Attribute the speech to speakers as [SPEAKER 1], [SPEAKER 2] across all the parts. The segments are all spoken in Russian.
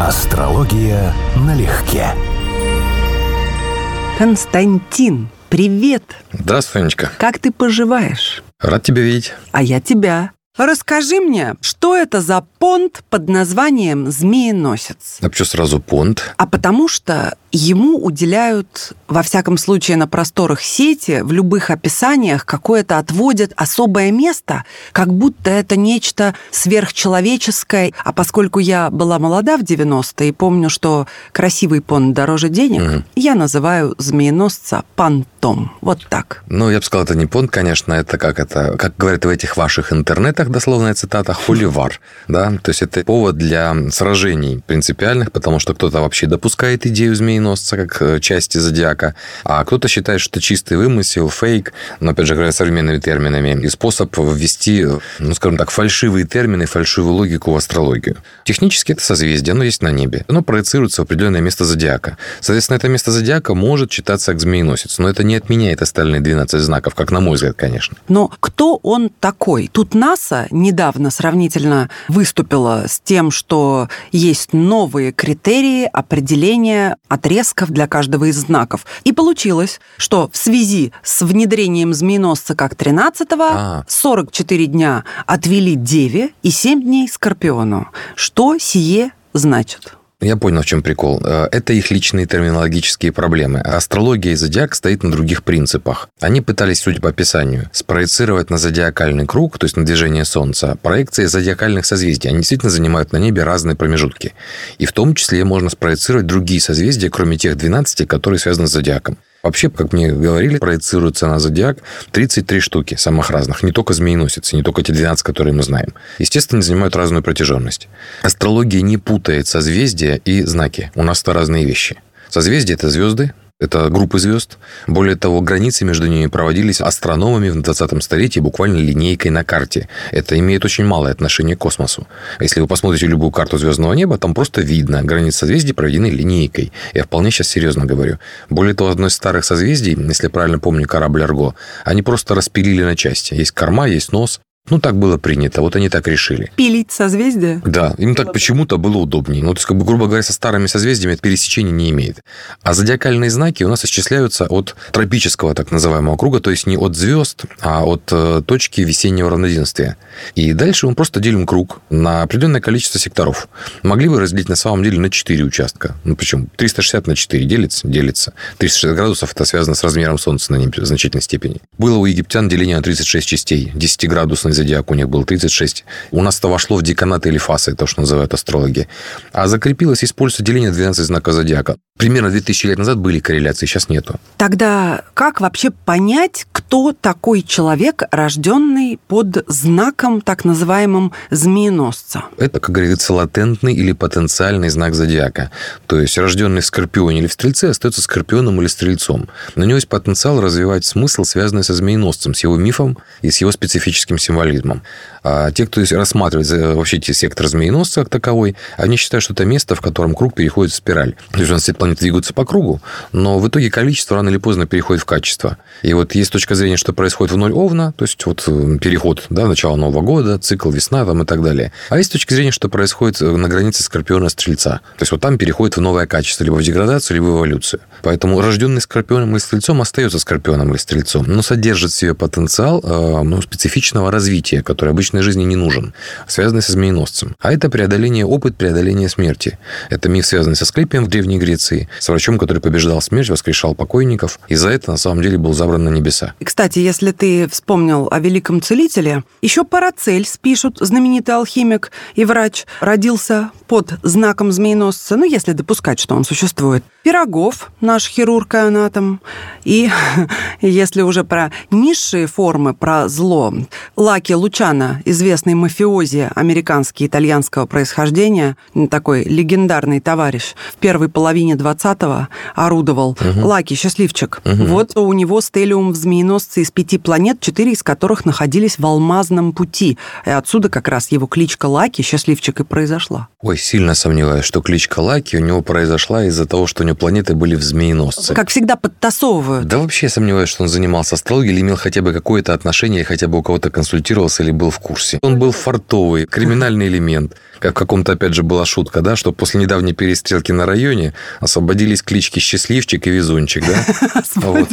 [SPEAKER 1] Астрология налегке.
[SPEAKER 2] Константин, привет!
[SPEAKER 3] Здравствуй, Анечка.
[SPEAKER 2] Как ты поживаешь?
[SPEAKER 3] Рад тебя видеть.
[SPEAKER 2] А я тебя. Расскажи мне, что это за понт под названием «Змееносец»?
[SPEAKER 3] А почему сразу понт?
[SPEAKER 2] А потому что ему уделяют, во всяком случае, на просторах сети, в любых описаниях, какое-то отводят особое место, как будто это нечто сверхчеловеческое. А поскольку я была молода в 90-е и помню, что красивый понт дороже денег, я называю змееносца понтом. Вот так.
[SPEAKER 3] Ну, я бы сказал, это не понт, конечно, как говорят в этих ваших интернетах, дословная цитата, холивар, да, то есть это повод для сражений принципиальных, потому что кто-то вообще допускает идею змееносца как части зодиака, а кто-то считает, что это чистый вымысел, фейк, но, опять же, говоря современными терминами, и способ ввести, ну, скажем так, фальшивые термины, фальшивую логику в астрологию. Технически это созвездие, оно есть на небе, оно проецируется в определенное место зодиака. Соответственно, это место зодиака может читаться как змееносец, но это не отменяет остальные 12 знаков, как на мой взгляд, конечно.
[SPEAKER 2] Но кто он такой? Тут НАСА недавно сравнительно выступила с тем, что есть новые критерии определения отрезков для каждого из знаков. И получилось, что в связи с внедрением змееносца как 13-го 44 дня отвели Деве и 7 дней Скорпиону. Что сие значит?
[SPEAKER 3] Я понял, в чем прикол. Это их личные терминологические проблемы. Астрология и зодиак стоит на других принципах. Они пытались, судя по описанию, спроецировать на зодиакальный круг, то есть на движение Солнца, проекции зодиакальных созвездий. Они действительно занимают на небе разные промежутки. И в том числе можно спроецировать другие созвездия, кроме тех 12, которые связаны с зодиаком. Вообще, как мне говорили, проецируется на зодиак 33 штуки самых разных. Не только змееносец, не только те 12, которые мы знаем. Естественно, они занимают разную протяженность. Астрология не путает созвездия и знаки. У нас это разные вещи. Созвездия – это звезды, это группы звезд. Более того, границы между ними проводились астрономами в 20 столетии буквально линейкой на карте. Это имеет очень малое отношение к космосу. Если вы посмотрите любую карту звездного неба, там просто видно, границы созвездий проведены линейкой. Я вполне сейчас серьезно говорю. Более того, одно из старых созвездий, если я правильно помню, корабль Арго, они просто распилили на части. Есть корма, есть нос. Ну, так было принято, вот они так решили.
[SPEAKER 2] Пилить созвездия?
[SPEAKER 3] Да, им так почему-то было удобнее. Ну, то есть, грубо говоря, со старыми созвездиями это пересечения не имеет. А зодиакальные знаки у нас исчисляются от тропического так называемого круга, то есть не от звезд, а от точки весеннего равноденствия. И дальше мы просто делим круг на определенное количество секторов. Могли бы разделить на самом деле на 4 участка. Ну, причем 360 на 4 делится. 360 градусов это связано с размером Солнца на небе в значительной степени. Было у египтян деление на 36 частей, 10-градусный зодиак у них был 36. У нас это вошло в деканаты или фасы, то, что называют астрологи. А закрепилось, используя деление 12 знаков зодиака. Примерно 2000 лет назад были корреляции, сейчас нету.
[SPEAKER 2] Тогда как вообще понять, кто такой человек, рожденный под знаком так называемым змееносца?
[SPEAKER 3] Это, как говорится, латентный или потенциальный знак зодиака. То есть рожденный в Скорпионе или в Стрельце остается Скорпионом или Стрельцом. Но у него есть потенциал развивать смысл, связанный со змееносцем, с его мифом и с его специфическим символизмом. А те, кто рассматривает вообще сектор змееносца как таковой, они считают, что это место, в котором круг переходит в спираль. То есть у нас все планеты двигаются по кругу, но в итоге количество рано или поздно переходит в качество. И вот есть точка зрения, что происходит в 0 Овна, то есть вот переход, да, начало Нового года, цикл весна там, и так далее. А есть точка зрения, что происходит на границе Скорпиона и Стрельца. То есть вот там переходит в новое качество, либо в деградацию, либо в эволюцию. Поэтому рожденный Скорпионом или Стрельцом остается Скорпионом или Стрельцом, но содержит в себе потенциал специфичного развития, который обычной жизни не нужен, связанный со змееносцем. А это опыт преодоления смерти. Это миф, связанный со Асклепием в Древней Греции, с врачом, который побеждал смерть, воскрешал покойников, и за это, на самом деле, был забран на небеса.
[SPEAKER 2] И, кстати, если ты вспомнил о великом целителе, еще Парацельс, пишут, знаменитый алхимик и врач, родился под знаком змееносца, ну, если допускать, что он существует. Пирогов, наш хирург и анатом. И если уже про низшие формы, про зло, Лаки Лучано, известный мафиози американский, итальянского происхождения, такой легендарный товарищ, в первой половине 20-го орудовал. Лаки, счастливчик. Вот у него стеллиум в змееносце из 5 планет, 4 из которых находились в алмазном пути. И отсюда как раз его кличка Лаки, счастливчик, и произошла.
[SPEAKER 3] Ой, сильно сомневаюсь, что кличка Лаки у него произошла из-за того, что у него планеты были в змееносце.
[SPEAKER 2] Как всегда подтасовывают.
[SPEAKER 3] Да вообще сомневаюсь, что он занимался астрологией или имел хотя бы какое-то отношение, или хотя бы у кого-то консультировался или был в курсе. Он был фартовый, криминальный элемент. Как в каком-то, опять же, была шутка, да, что после недавней перестрелки на районе освободились клички «Счастливчик» и «Везунчик», да?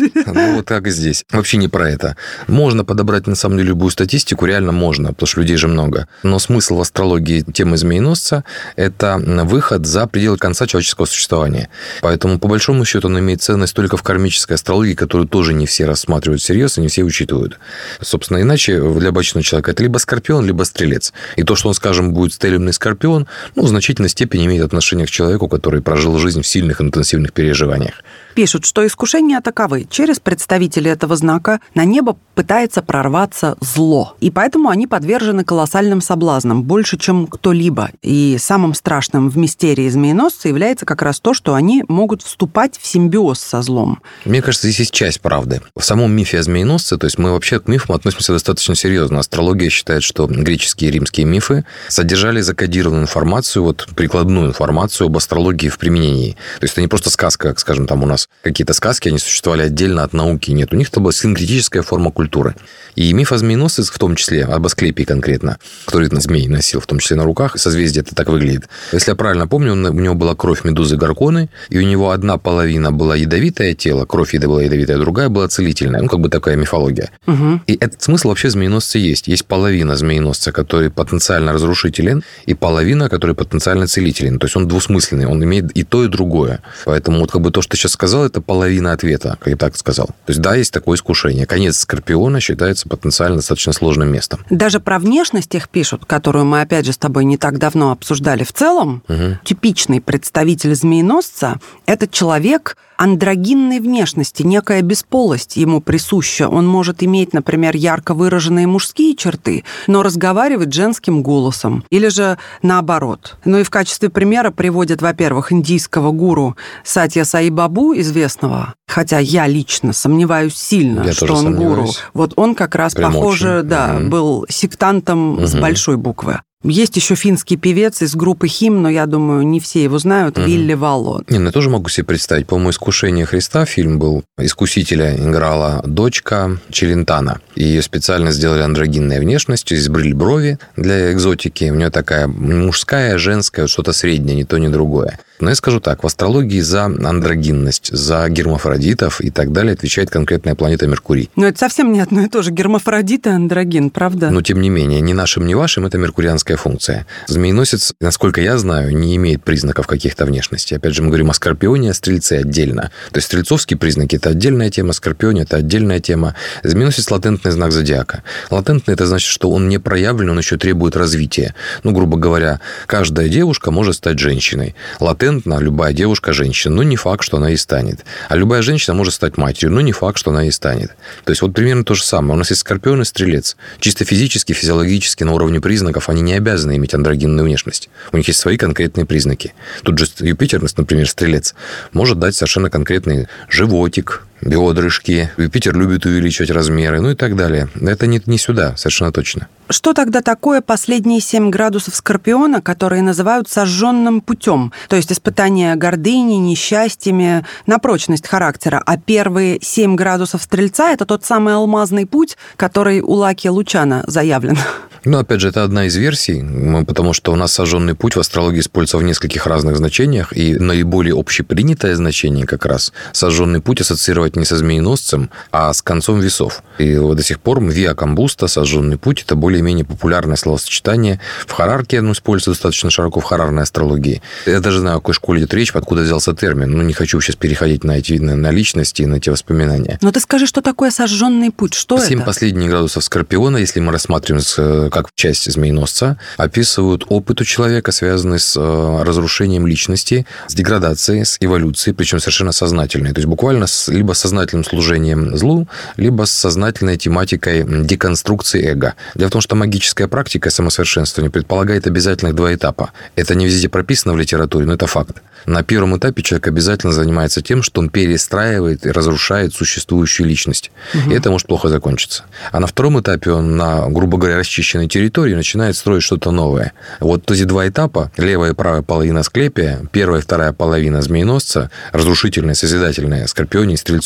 [SPEAKER 3] Вот как и здесь. Вообще не про это. Можно подобрать, на самом деле, любую статистику, реально можно, потому что людей же много. Но смысл в астрологии темы змееносца – это выход за пределы конца человеческого существования. Поэтому, по большому счету, он имеет ценность только в кармической астрологии, которую тоже не все рассматривают всерьез и не все учитывают. Собственно, иначе для обычного человека это либо Скорпион, либо Стрелец. И то, что он, скажем, будет стелемный Скорпион, в значительной степени имеет отношение к человеку, который прожил жизнь в сильных интенсивных переживаниях.
[SPEAKER 2] Пишут, что искушения таковы. Через представителей этого знака на небо пытается прорваться зло. И поэтому они подвержены колоссальным соблазнам, больше, чем кто-либо. И самым страшным в мистерии змееносца является как раз то, что они могут вступать в симбиоз со злом.
[SPEAKER 3] Мне кажется, здесь есть часть правды. В самом мифе о змееносце, то есть мы вообще к мифам относимся достаточно серьезно. Астрология считает, что греческие и римские мифы содержали закодированную информацию, прикладную информацию об астрологии в применении. То есть это не просто сказка, как, скажем, там у нас какие-то сказки, они существовали отдельно от науки. Нет, у них это была синкретическая форма культуры. И миф о змееносце, в том числе, об Асклепии конкретно, который змей носил, в том числе на руках, созвездие это так выглядит. Если я правильно помню, у него была кровь медузы Гарконы, и у него одна половина была ядовитое тело, кровь была ядовитая, другая была целительная. Такая мифология. Угу. И этот смысл вообще в змееносце есть. Есть половина змееносца, который потенциально разрушителен, и половина, который потенциально целителен. То есть он двусмысленный, он имеет и то, и другое. Поэтому то, что ты сейчас сказал, это половина ответа, как я так сказал. То есть да, есть такое искушение. Конец Скорпиона считается потенциально достаточно сложным местом.
[SPEAKER 2] Даже про внешность их пишут, которую мы, опять же, с тобой не так давно обсуждали. В целом, типичный представитель змееносца – это человек андрогинной внешности, некая бесполость ему присуща. Он может иметь, например, ярко выраженные мужские черты, но разговаривать женским голосом. Или же наоборот. И в качестве примера приводят, во-первых, индийского гуру Сатья Саи Бабу, известного, хотя я лично сомневаюсь сильно, что он гуру. Он как раз, прям похоже, был сектантом с большой буквы. Есть еще финский певец из группы Хим, но я думаю, не все его знают, Вилли Валло.
[SPEAKER 3] Я тоже могу себе представить. По-моему, «Искушение Христа» фильм был. Искусителя играла дочка Челентано. Ее специально сделали андрогинной внешностью, избрили брови для экзотики. У нее такая мужская, женская, что-то среднее, ни то, ни другое. Но я скажу так, в астрологии за андрогинность, за гермафродитов и так далее отвечает конкретная планета Меркурий.
[SPEAKER 2] Но это совсем не одно и то же. Гермафродит и андрогин, правда?
[SPEAKER 3] Но, тем не менее, ни нашим, ни вашим это меркурианская функция. Змееносец, насколько я знаю, не имеет признаков каких-то внешности. Опять же, мы говорим о Скорпионе, о Стрельце отдельно. То есть стрельцовские признаки – это отдельная тема, Скорпионе – это отдельная тема. Змееносец – латентный знак зодиака. Латентный – это значит, что он не проявлен, он еще требует развития. Грубо говоря, каждая девушка может стать женщиной. Латентно любая девушка – женщина, но не факт, что она и станет. А любая женщина может стать матерью, но не факт, что она и станет. То есть примерно то же самое. У нас есть Скорпион и Стрелец. Чисто физически, физиологически, на уровне признаков они не обязаны иметь андрогинную внешность. У них есть свои конкретные признаки. Тут же Юпитер, например, Стрелец, может дать совершенно конкретный животик, бедрышки. Юпитер любит увеличивать размеры, и так далее. Это не сюда, совершенно точно.
[SPEAKER 2] Что тогда такое последние 7 градусов Скорпиона, которые называют сожженным путем? То есть испытание гордыни, несчастьями, на прочность характера. А первые 7 градусов Стрельца – это тот самый алмазный путь, который у Лаки Лучано заявлен.
[SPEAKER 3] Опять же, это одна из версий, потому что у нас сожженный путь в астрологии используется в нескольких разных значениях, и наиболее общепринятое значение как раз сожженный путь ассоциировать не со змееносцем, а с концом весов. И до сих пор виа комбуста, сожженный путь, это более-менее популярное словосочетание. В Харарке оно используется достаточно широко в харарной астрологии. Я даже знаю, о какой школе идет речь, откуда взялся термин. Не хочу сейчас переходить на личности и на эти воспоминания.
[SPEAKER 2] Но ты скажи, что такое сожженный путь? Что
[SPEAKER 3] 7
[SPEAKER 2] это?
[SPEAKER 3] Последних градусов Скорпиона, если мы рассматриваем как часть змееносца, описывают опыт у человека, связанный с разрушением личности, с деградацией, с эволюцией, причем совершенно сознательной. То есть буквально либо с сознательным служением злу, либо с сознательной тематикой деконструкции эго. Дело в том, что магическая практика самосовершенствования предполагает обязательных 2 этапа. Это не везде прописано в литературе, но это факт. На первом этапе человек обязательно занимается тем, что он перестраивает и разрушает существующую личность. И это может плохо закончиться. А на втором этапе он на, грубо говоря, расчищенной территории начинает строить что-то новое. Вот эти 2 этапа, левая и правая половина Асклепия, первая и вторая половина змееносца, разрушительная, созидательная, Скорпионе и Стрельцу,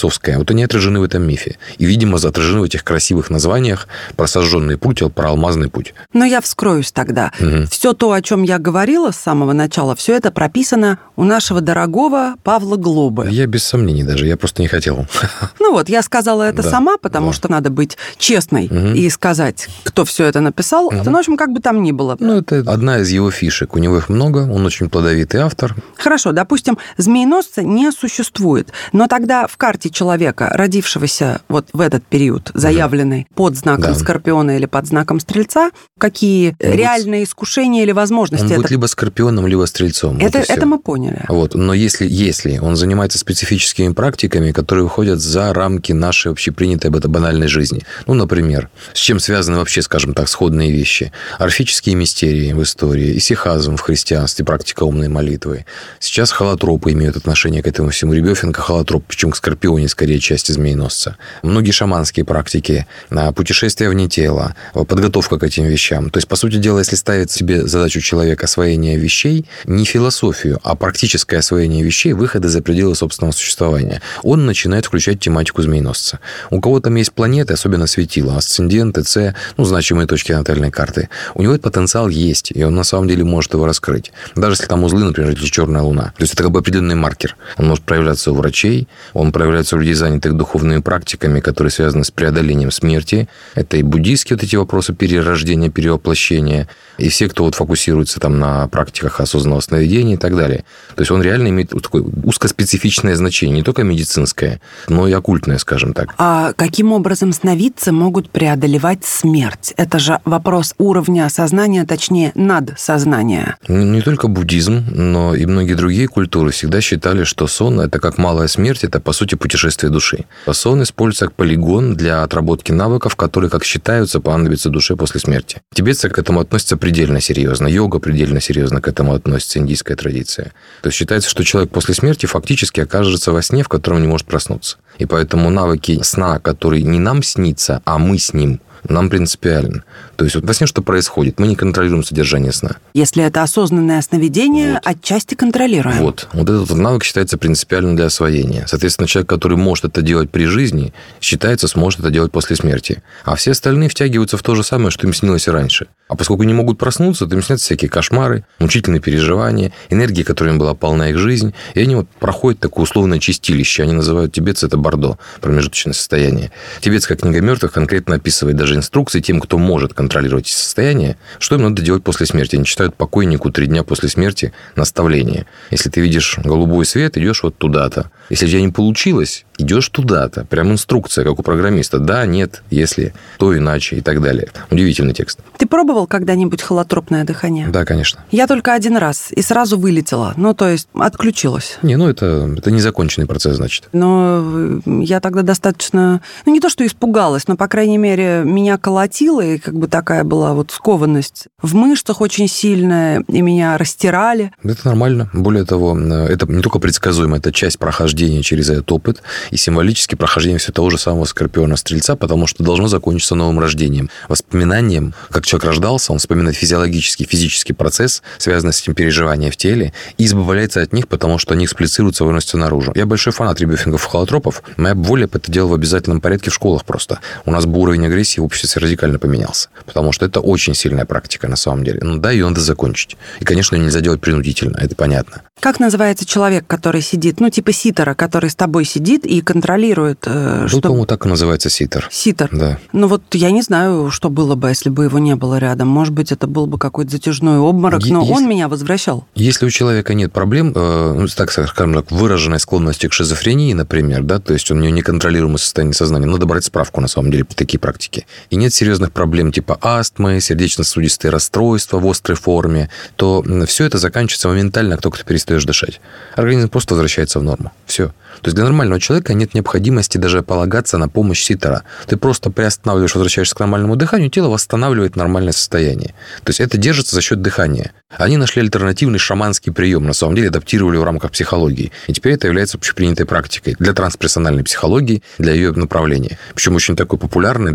[SPEAKER 3] бойцовская, вот они отражены в этом мифе. И, видимо, отражены в этих красивых названиях про сожженный путь, про алмазный путь.
[SPEAKER 2] Но я вскроюсь тогда. Все то, о чем я говорила с самого начала, все это прописано у нашего дорогого Павла Глобы.
[SPEAKER 3] Я без сомнений даже, я просто не хотел.
[SPEAKER 2] Ну вот, я сказала это сама, потому что надо быть честной и сказать, кто все это написал. Ну, в общем, как бы там ни было.
[SPEAKER 3] Ну, это одна из его фишек. У него их много, он очень плодовитый автор.
[SPEAKER 2] Хорошо, допустим, змееносца не существует, но тогда в карте человека, родившегося вот в этот период, заявленный под знаком Скорпиона или под знаком Стрельца, какие реальные искушения или возможности?
[SPEAKER 3] Он будет либо Скорпионом, либо Стрельцом.
[SPEAKER 2] Это мы поняли.
[SPEAKER 3] Вот. Но если он занимается специфическими практиками, которые выходят за рамки нашей общепринятой банальной жизни. Ну, например, с чем связаны вообще, скажем так, сходные вещи? Орфические мистерии в истории, исихазм в христианстве, практика умной молитвы. Сейчас холотропы имеют отношение к этому всему. Рябёфенко холотроп, причем к Скорпионе, скорее, части змееносца. Многие шаманские практики, путешествия вне тела, подготовка к этим вещам. То есть, по сути дела, если ставить себе задачу человека освоения вещей, не философию, а практическое освоение вещей, выхода за пределы собственного существования, он начинает включать тематику змееносца. У кого там есть планеты, особенно светила, асцендент, ТЦ, значимые точки натальной карты, у него этот потенциал есть, и он на самом деле может его раскрыть. Даже если там узлы, например, или черная луна. То есть это как бы определенный маркер. Он может проявляться у врачей, он проявляется у людей, занятых духовными практиками, которые связаны с преодолением смерти. Это и буддийские вот эти вопросы перерождения, перевоплощения, и все, кто вот фокусируется там на практиках осознанного сновидения и так далее. То есть он реально имеет вот такое узкоспецифичное значение, не только медицинское, но и оккультное, скажем так.
[SPEAKER 2] А каким образом сновидцы могут преодолевать смерть? Это же вопрос уровня сознания, точнее, надсознания.
[SPEAKER 3] Не только буддизм, но и многие другие культуры всегда считали, что сон – это как малая смерть, это, по сути, путешествие души. Сон используется как полигон для отработки навыков, которые, как считаются, понадобятся душе после смерти. Тибетцы к этому относятся предельно серьезно, йога предельно серьезно к этому относится, индийская традиция. То есть считается, что человек после смерти фактически окажется во сне, в котором не может проснуться. И поэтому навыки сна, который не нам снится, а мы с ним, нам принципиален. То есть вот во сне что происходит? Мы не контролируем содержание сна.
[SPEAKER 2] Если это осознанное сновидение, отчасти контролируем.
[SPEAKER 3] Вот этот навык считается принципиальным для освоения. Соответственно, человек, который может это делать при жизни, считается, сможет это делать после смерти. А все остальные втягиваются в то же самое, что им снилось и раньше. А поскольку не могут проснуться, то им снятся всякие кошмары, мучительные переживания, энергия, которой им была полна их жизнь, и они вот проходят такое условное чистилище. Они называют тибетцы это бордо, промежуточное состояние. Тибетская книга мертвых конкретно описывает даже инструкции тем, кто может контролировать эти состояния, что им надо делать после смерти. Они читают покойнику 3 дня после смерти наставление. Если ты видишь голубой свет, идешь вот туда-то. Если у тебя не получилось, идешь туда-то. Прям инструкция, как у программиста. Да, нет, если, то иначе и так далее. Удивительный текст.
[SPEAKER 2] Ты пробовал когда-нибудь холотропное дыхание?
[SPEAKER 3] Да, конечно.
[SPEAKER 2] Я только один раз и сразу вылетела. То есть отключилась.
[SPEAKER 3] Это незаконченный процесс, значит.
[SPEAKER 2] Но я тогда достаточно... не то, что испугалась, но, по крайней мере, меня колотило, и как бы такая была вот скованность в мышцах очень сильная, и меня растирали.
[SPEAKER 3] Это нормально. Более того, это не только предсказуемо, это часть прохождения через этот опыт и символически прохождение все того же самого Скорпиона-Стрельца, потому что должно закончиться новым рождением. Воспоминанием, как человек рождался, он вспоминает физический процесс, связанный с этим переживанием в теле, и избавляется от них, потому что они эксплицируются, выносятся наружу. Я большой фанат рябёфингов-холотропов. Моя воля это делала в обязательном порядке в школах просто. У нас бы уровень агрессии в обществе радикально поменялся, потому что это очень сильная практика на самом деле. Ее надо закончить. И, конечно, ее нельзя делать принудительно, это понятно.
[SPEAKER 2] Как называется человек, который сидит, типа ситера, который с тобой сидит и контролирует, что...
[SPEAKER 3] По-моему, так и называется ситер.
[SPEAKER 2] Ситер.
[SPEAKER 3] Да.
[SPEAKER 2] Я не знаю, что было бы, если бы его не было рядом. Может быть, это был бы какой-то затяжной обморок, но он меня возвращал.
[SPEAKER 3] Если у человека нет проблем, так скажем так, выраженной склонности к шизофрении, например, да, то есть у него неконтролируемое состояние сознания, надо брать справку, на самом деле, по такие практики. И нет серьезных проблем типа астмы, сердечно-сосудистые расстройства в острой форме, то все это заканчивается моментально, как только ты перестаешь дышать. Организм просто возвращается в норму. Все. То есть для нормального человека нет необходимости даже полагаться на помощь ситера. Ты просто приостанавливаешь, возвращаешься к нормальному дыханию, тело восстанавливает нормальное состояние. То есть это держится за счет дыхания. Они нашли альтернативный шаманский прием, на самом деле адаптировали в рамках психологии. И теперь это является общепринятой практикой для трансперсональной психологии, для ее направления. Причем очень такой популярной, доступной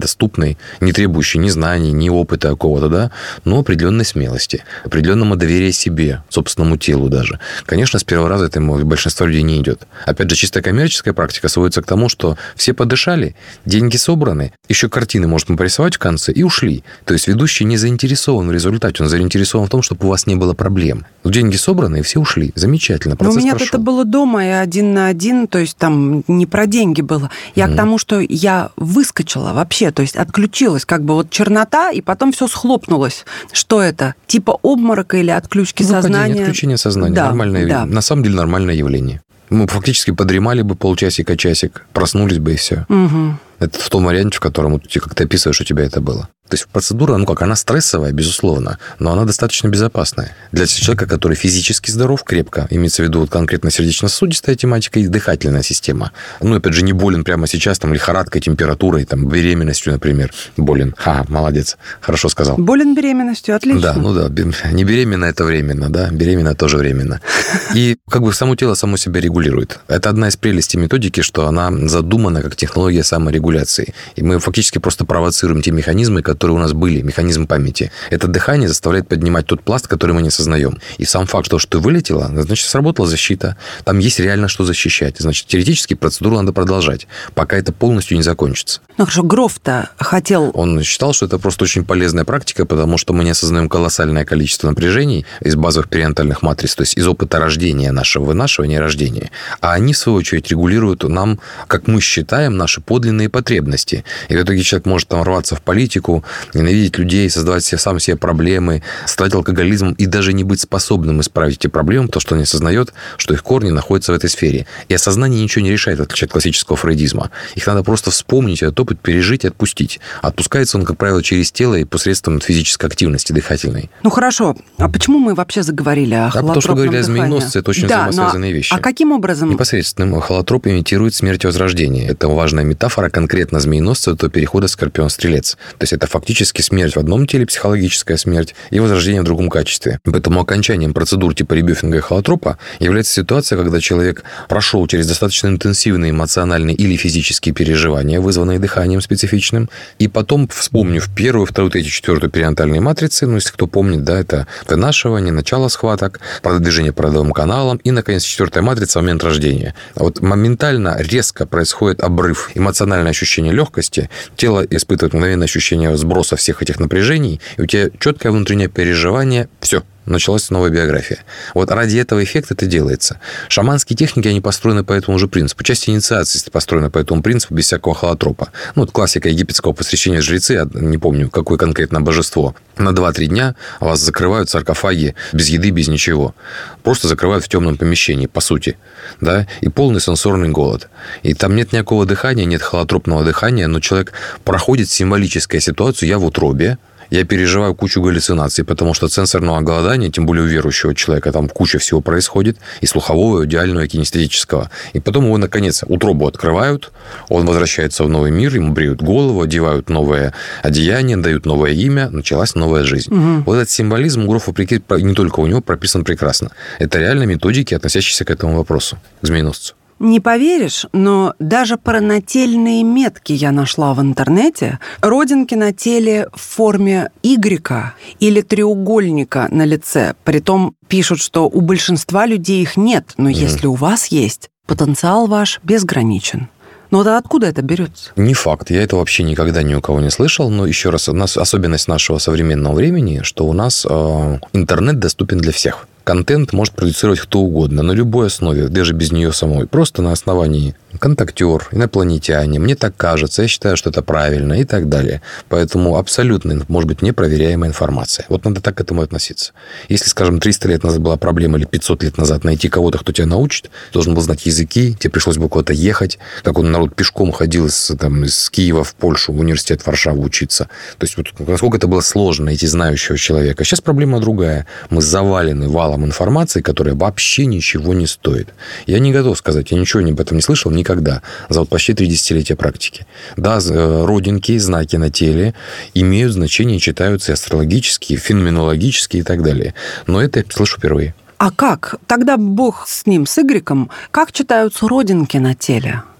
[SPEAKER 3] разумной, не требующей ни знаний, ни опыта какого-то, да, но определенной смелости, определенного доверия себе, собственному телу даже. Конечно, с первого раза это большинство людей не идет. Опять же, чисто коммерческая практика сводится к тому, что все подышали, деньги собраны, еще картины можно порисовать в конце и ушли. То есть ведущий не заинтересован в результате, он заинтересован в том, чтобы у вас не было проблем. Деньги собраны, и все ушли. Замечательно, процесс прошел.
[SPEAKER 2] У меня это было дома и 1 на 1, то есть там не про деньги было. Я к тому, что я выскочила вообще, то есть отключилась, как бы вот чернота, и потом все схлопнулось. Что это? Типа обморока или отключки сознания?
[SPEAKER 3] Отключение сознания. Да, нормальное, на самом деле нормальное явление. Мы фактически подремали бы полчасика-часик, проснулись бы и все.
[SPEAKER 2] Угу.
[SPEAKER 3] Это в том варианте, в котором ты как-то описываешь, у тебя это было. То есть процедура, она стрессовая, безусловно, но она достаточно безопасная. Для человека, который физически здоров, крепко, имеется в виду конкретно сердечно-сосудистая тематика и дыхательная система. Опять же, не болен прямо сейчас, лихорадкой, температурой, беременностью, например, болен. Молодец, хорошо сказал.
[SPEAKER 2] Болен беременностью, отлично.
[SPEAKER 3] Да, не беременна, это временно, да, беременна тоже временно. И само тело само себя регулирует. Это одна из прелестей методики, что она задумана как технология саморегуляции. И мы фактически просто провоцируем те механизмы, которые у нас были, механизм памяти. Это дыхание заставляет поднимать тот пласт, который мы не сознаем. И сам факт, что вылетело, значит, сработала защита. Там есть реально что защищать. Значит, теоретически процедуру надо продолжать, пока это полностью не закончится.
[SPEAKER 2] Хорошо, Гроф-то хотел...
[SPEAKER 3] Он считал, что это просто очень полезная практика, потому что мы не осознаем колоссальное количество напряжений из базовых перинатальных матриц, то есть из опыта рождения нашего, вынашивания и рождения. А они, в свою очередь, регулируют нам, как мы считаем, наши подлинные потребности. И в итоге человек может рваться в политику, ненавидеть людей, создавать сам себе проблемы, страдать алкоголизмом и даже не быть способным исправить эти проблемы, потому что он не осознает, что их корни находятся в этой сфере. И осознание ничего не решает, в отличие от классического фрейдизма. Их надо просто вспомнить, этот опыт пережить и отпустить. Отпускается он, как правило, через тело и посредством физической активности дыхательной.
[SPEAKER 2] Хорошо. А почему мы вообще заговорили о холотропном
[SPEAKER 3] потому что говорили о
[SPEAKER 2] дыхании?
[SPEAKER 3] змееносце, это очень взаимосвязанные вещи.
[SPEAKER 2] А каким образом?
[SPEAKER 3] Непосредственно холотроп имитирует смерть и возрождение. Это важная метафора конкретно змееносца до перехода Скорпион-Стрелец. То есть это фактически смерть в одном теле, психологическая смерть, и возрождение в другом качестве. Поэтому окончанием процедур типа ребёфинга и холотропа является ситуация, когда человек прошел через достаточно интенсивные эмоциональные или физические переживания, вызванные дыханием специфичным, и потом, вспомнив первую, вторую, третью, четвертую перинатальные матрицы, если кто помнит, да, это вынашивание, начало схваток, продвижение по родовым каналам и, наконец, четвертая матрица, момент рождения. Моментально, резко происходит обрыв, эмоциональное ощущение легкости, тело испытывает мгновенное ощущение сброса всех этих напряжений, и у тебя четкое внутреннее переживание, все, началась новая биография. Ради этого эффекта это делается. Шаманские техники, они построены по этому же принципу. Часть инициации построена по этому принципу, без всякого холотропа. Классика египетского посвящения жрецы, я не помню, какое конкретно божество. На 2-3 дня вас закрывают в саркофаге без еды, без ничего. Просто закрывают в темном помещении, по сути. Да? И полный сенсорный голод. И там нет никакого дыхания, нет холотропного дыхания, но человек проходит символическую ситуацию, я в утробе, я переживаю кучу галлюцинаций, потому что от сенсорного голодания, тем более у верующего человека, там куча всего происходит, и слухового, и аудиального, и кинестетического. И потом его, наконец, утробу открывают, он возвращается в новый мир, ему бреют голову, одевают новое одеяние, дают новое имя, началась новая жизнь. Угу. Этот символизм у Грофа, не только у него, прописан прекрасно. Это реально методики, относящиеся к этому вопросу, к змееносцу.
[SPEAKER 2] Не поверишь, но даже паранательные метки я нашла в интернете. Родинки на теле в форме Y или треугольника на лице. Притом пишут, что у большинства людей их нет, но если у вас есть, потенциал ваш безграничен. Но откуда это берется?
[SPEAKER 3] Не факт. Я это вообще никогда ни у кого не слышал. Но еще раз, особенность нашего современного времени, что у нас интернет доступен для всех. Контент может продюцировать кто угодно, на любой основе, даже без нее самой. Просто на основании контактер, инопланетяне, мне так кажется, я считаю, что это правильно и так далее. Поэтому абсолютно, может быть, непроверяемая информация. Надо так к этому относиться. Если, скажем, 300 лет назад была проблема или 500 лет назад найти кого-то, кто тебя научит, должен был знать языки, тебе пришлось бы куда-то ехать, как народ пешком ходил из Киева в Польшу, в университет в Варшаву учиться. То есть, насколько это было сложно найти знающего человека. Сейчас проблема другая. Мы завалены валом информации, которая вообще ничего не стоит. Я не готов сказать, я ничего об этом не слышал никогда за почти 3 десятилетия практики. Да, родинки, знаки на теле имеют значение, читаются и астрологические, феноменологические и так далее. Но это я слышу впервые.
[SPEAKER 2] А как? Тогда бог с ним, с Игреком, как читаются родинки на теле?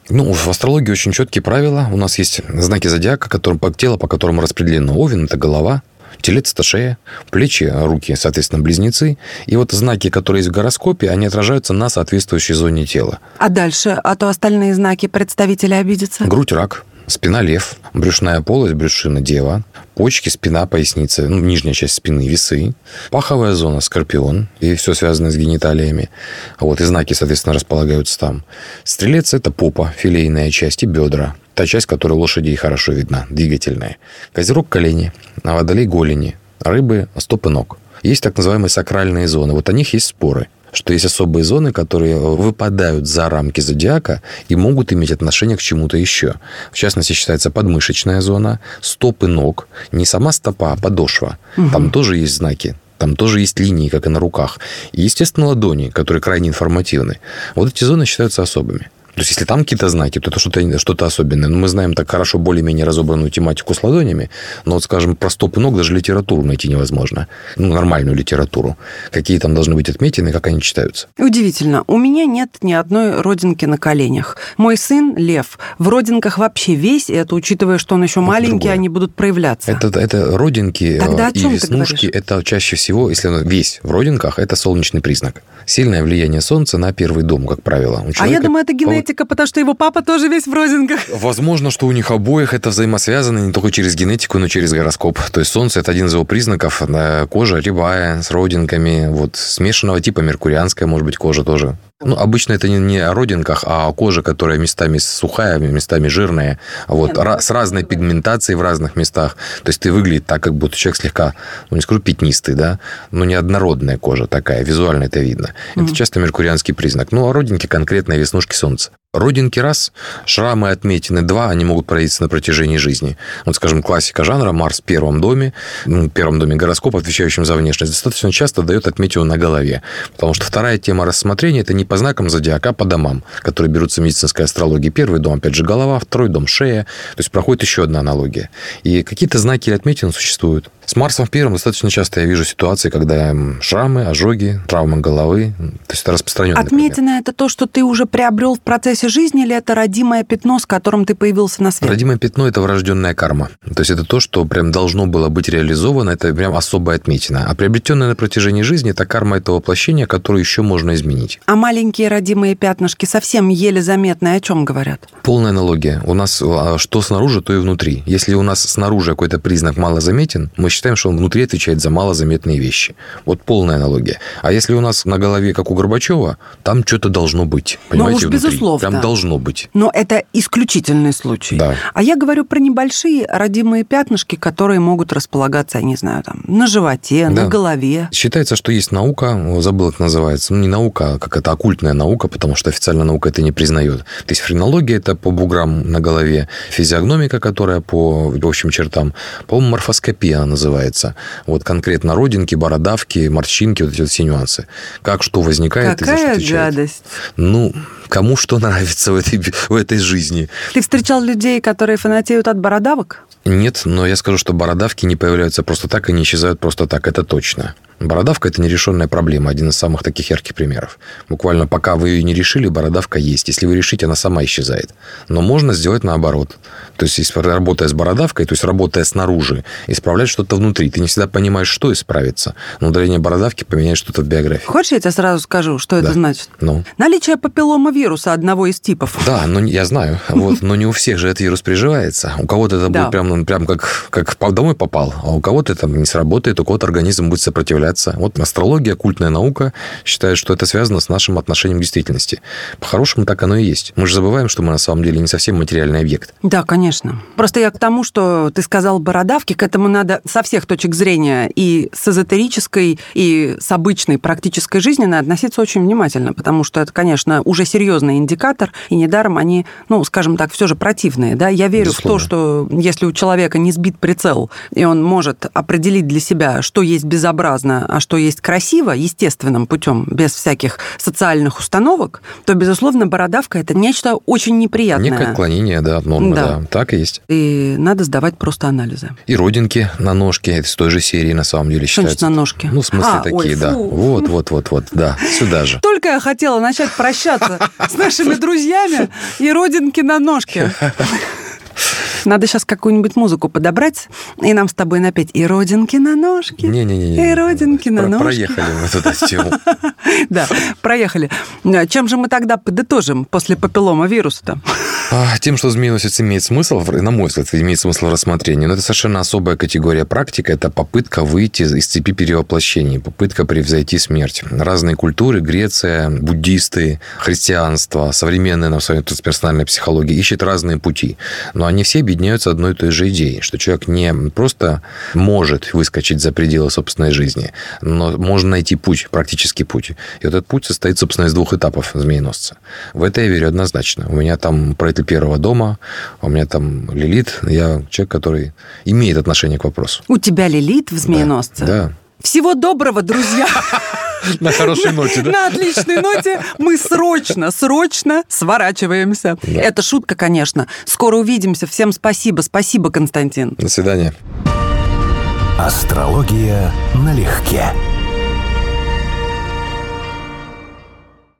[SPEAKER 3] Ну, в астрологии очень четкие правила. У нас есть знаки зодиака, тело, по которому распределено. Овен – это голова, телец – это шея, плечи, руки, соответственно, близнецы. И вот знаки, которые есть в гороскопе, они отражаются на соответствующей зоне тела.
[SPEAKER 2] А дальше? А то остальные знаки представители обидятся?
[SPEAKER 3] Грудь – рак, спина – лев, брюшная полость, брюшина – дева, почки, спина, поясница, нижняя часть спины – весы, паховая зона – скорпион, и все связанное с гениталиями. Вот, и знаки, соответственно, располагаются там. Стрелец – это попа, филейная часть и бедра. Та часть, которая у лошадей хорошо видна, двигательная. Козерог – колени, а водолей – голени, рыбы – стопы ног. Есть так называемые сакральные зоны. Вот о них есть споры, что есть особые зоны, которые выпадают за рамки зодиака и могут иметь отношение к чему-то еще. В частности, считается подмышечная зона, стопы ног, не сама стопа, а подошва. Угу. Там тоже есть знаки. Там тоже есть линии, как и на руках. И, естественно, ладони, которые крайне информативны. Вот эти зоны считаются особыми. То есть, если там какие-то знаки, то это что-то особенное. Мы знаем так хорошо более-менее разобранную тематику с ладонями, но, вот, скажем, про стопы ног даже литературу найти невозможно. Нормальную литературу. Какие там должны быть отметины, как они читаются.
[SPEAKER 2] Удивительно. У меня нет ни одной родинки на коленях. Мой сын, Лев, в родинках вообще весь, и это учитывая, что он еще маленький, другое. Они будут проявляться.
[SPEAKER 3] Это родинки
[SPEAKER 2] Тогда
[SPEAKER 3] и веснушки. Это чаще всего, если он весь в родинках, это солнечный признак. Сильное влияние солнца на первый дом, как правило.
[SPEAKER 2] А я думаю, это генетика. Потому что его папа тоже весь в родинках.
[SPEAKER 3] Возможно, что у них обоих это взаимосвязано не только через генетику, но и через гороскоп. То есть солнце – это один из его признаков. Кожа рябая, с родинками, вот смешанного типа, меркурианская, может быть, кожа тоже. Обычно это не о родинках, а о коже, которая местами сухая, местами жирная, вот, с разной пигментацией в разных местах. То есть ты выглядит так, как будто человек слегка, не скажу пятнистый, да, но неоднородная кожа такая, визуально это видно. Это часто меркурианский признак. А родинки конкретно веснушки солнца. Родинки раз, шрамы, отметины два, они могут проявиться на протяжении жизни. Вот, скажем, классика жанра Марс в первом доме гороскопа, отвечающем за внешность, достаточно часто дает отметину на голове. Потому что вторая тема рассмотрения – это не по знакам зодиака, а по домам, которые берутся в медицинской астрологии. Первый дом, опять же, голова, второй дом – шея. То есть проходит еще одна аналогия. И какие-то знаки или отметины существуют. С Марсом в первом достаточно часто я вижу ситуации, когда шрамы, ожоги, травмы головы. То есть это распространенный
[SPEAKER 2] Отметина
[SPEAKER 3] пример.
[SPEAKER 2] Это то, что ты уже приобрел в процессе жизни, или это родимое пятно, с которым ты появился на свет?
[SPEAKER 3] Родимое пятно – это врожденная карма. То есть это то, что прям должно было быть реализовано, это прям особая отметина. А приобретенная на протяжении жизни – это карма этого воплощения, которую еще можно изменить.
[SPEAKER 2] А маленькие родимые пятнышки совсем еле заметные, о чем говорят?
[SPEAKER 3] Полная аналогия. У нас что снаружи, то и внутри. Если у нас снаружи какой-то признак малозаметен, мы считаем, что он внутри отвечает за малозаметные вещи. Вот полная аналогия. А если у нас на голове, как у Горбачева, там что-то должно быть. Понимаете,
[SPEAKER 2] уж безусловно.
[SPEAKER 3] Прям должно быть.
[SPEAKER 2] Но это исключительный случай.
[SPEAKER 3] Да.
[SPEAKER 2] А я говорю про небольшие родимые пятнышки, которые могут располагаться, я не знаю, там, на животе, на голове.
[SPEAKER 3] Считается, что есть наука, забыл, как называется, не наука, а как это оккультная наука, потому что официально наука это не признает. То есть френология – это по буграм на голове, физиогномика, которая по общим чертам, по-моему, морфоскопия она называется. Вот конкретно родинки, бородавки, морщинки, вот эти вот все нюансы. Как что возникает и за что отвечает.
[SPEAKER 2] Какая гадость.
[SPEAKER 3] Кому что нравится в этой жизни.
[SPEAKER 2] Ты встречал людей, которые фанатеют от бородавок?
[SPEAKER 3] Нет, но я скажу, что бородавки не появляются просто так и не исчезают просто так, это точно. Бородавка – это нерешенная проблема, один из самых таких ярких примеров. Буквально пока вы ее не решили, бородавка есть. Если вы решите, она сама исчезает. Но можно сделать наоборот. То есть, работая с бородавкой, то есть, работая снаружи, исправлять что-то внутри. Ты не всегда понимаешь, что исправится. Но удаление бородавки поменяет что-то в биографии.
[SPEAKER 2] Хочешь, я тебе сразу скажу, что это значит?
[SPEAKER 3] Ну?
[SPEAKER 2] Наличие папилломавируса одного из типов.
[SPEAKER 3] Да, я знаю. Но не у всех же этот вирус приживается. У кого-то это будет прям как домой попал, а у кого-то это не сработает, у кого-то организм будет сопротивляться. Вот астрология, оккультная наука считает, что это связано с нашим отношением к действительности. По-хорошему, так оно и есть. Мы же забываем, что мы на самом деле не совсем материальный объект.
[SPEAKER 2] Да, конечно. Просто я к тому, что ты сказал бородавки, к этому надо со всех точек зрения и с эзотерической, и с обычной практической жизни надо относиться очень внимательно, потому что это, конечно, уже серьезный индикатор, и недаром они, скажем так, все же противные. Да? Я верю в то, что если у человека не сбит прицел, и он может определить для себя, что есть безобразно, а что есть красиво, естественным путем, без всяких социальных установок, то, безусловно, бородавка – это нечто очень неприятное.
[SPEAKER 3] Некое отклонение, от нормы, да. Так и есть.
[SPEAKER 2] И надо сдавать просто анализы.
[SPEAKER 3] И родинки на ножке, это с той же серии, на самом деле, считается.
[SPEAKER 2] Что значит на ножке?
[SPEAKER 3] В смысле такие, да. Вот, да, сюда же.
[SPEAKER 2] только я хотела начать прощаться с нашими друзьями и родинки на ножке. Надо сейчас какую-нибудь музыку подобрать и нам с тобой напеть «И родинки на ножке».
[SPEAKER 3] Не-не-не.
[SPEAKER 2] И родинки на ножке.
[SPEAKER 3] Проехали мы туда тему.
[SPEAKER 2] Да, проехали. Чем же мы тогда подытожим после папилломавируса-то?
[SPEAKER 3] Тем, что змееносец имеет смысл, на мой взгляд, имеет смысл в рассмотрении, но это совершенно особая категория практик, это попытка выйти из цепи перевоплощений, попытка превзойти смерть. Разные культуры, Греция, буддисты, христианство, современная нам с вами трансперсональная психология ищут разные пути, но они все объединяются одной и той же идеей, что человек не просто может выскочить за пределы собственной жизни, но можно найти путь, практический путь. И вот этот путь состоит, собственно, из 2 этапов змееносца. В это я верю однозначно. У меня там правитель первого дома, у меня там Лилит. Я человек, который имеет отношение к вопросу.
[SPEAKER 2] У тебя Лилит в змееносце?
[SPEAKER 3] Да.
[SPEAKER 2] Всего доброго, друзья!
[SPEAKER 3] На хорошей ноте, да?
[SPEAKER 2] На отличной ноте мы срочно сворачиваемся.
[SPEAKER 3] Да.
[SPEAKER 2] Это шутка, конечно. Скоро увидимся. Всем спасибо. Спасибо, Константин.
[SPEAKER 3] До свидания.
[SPEAKER 1] Астрология налегке.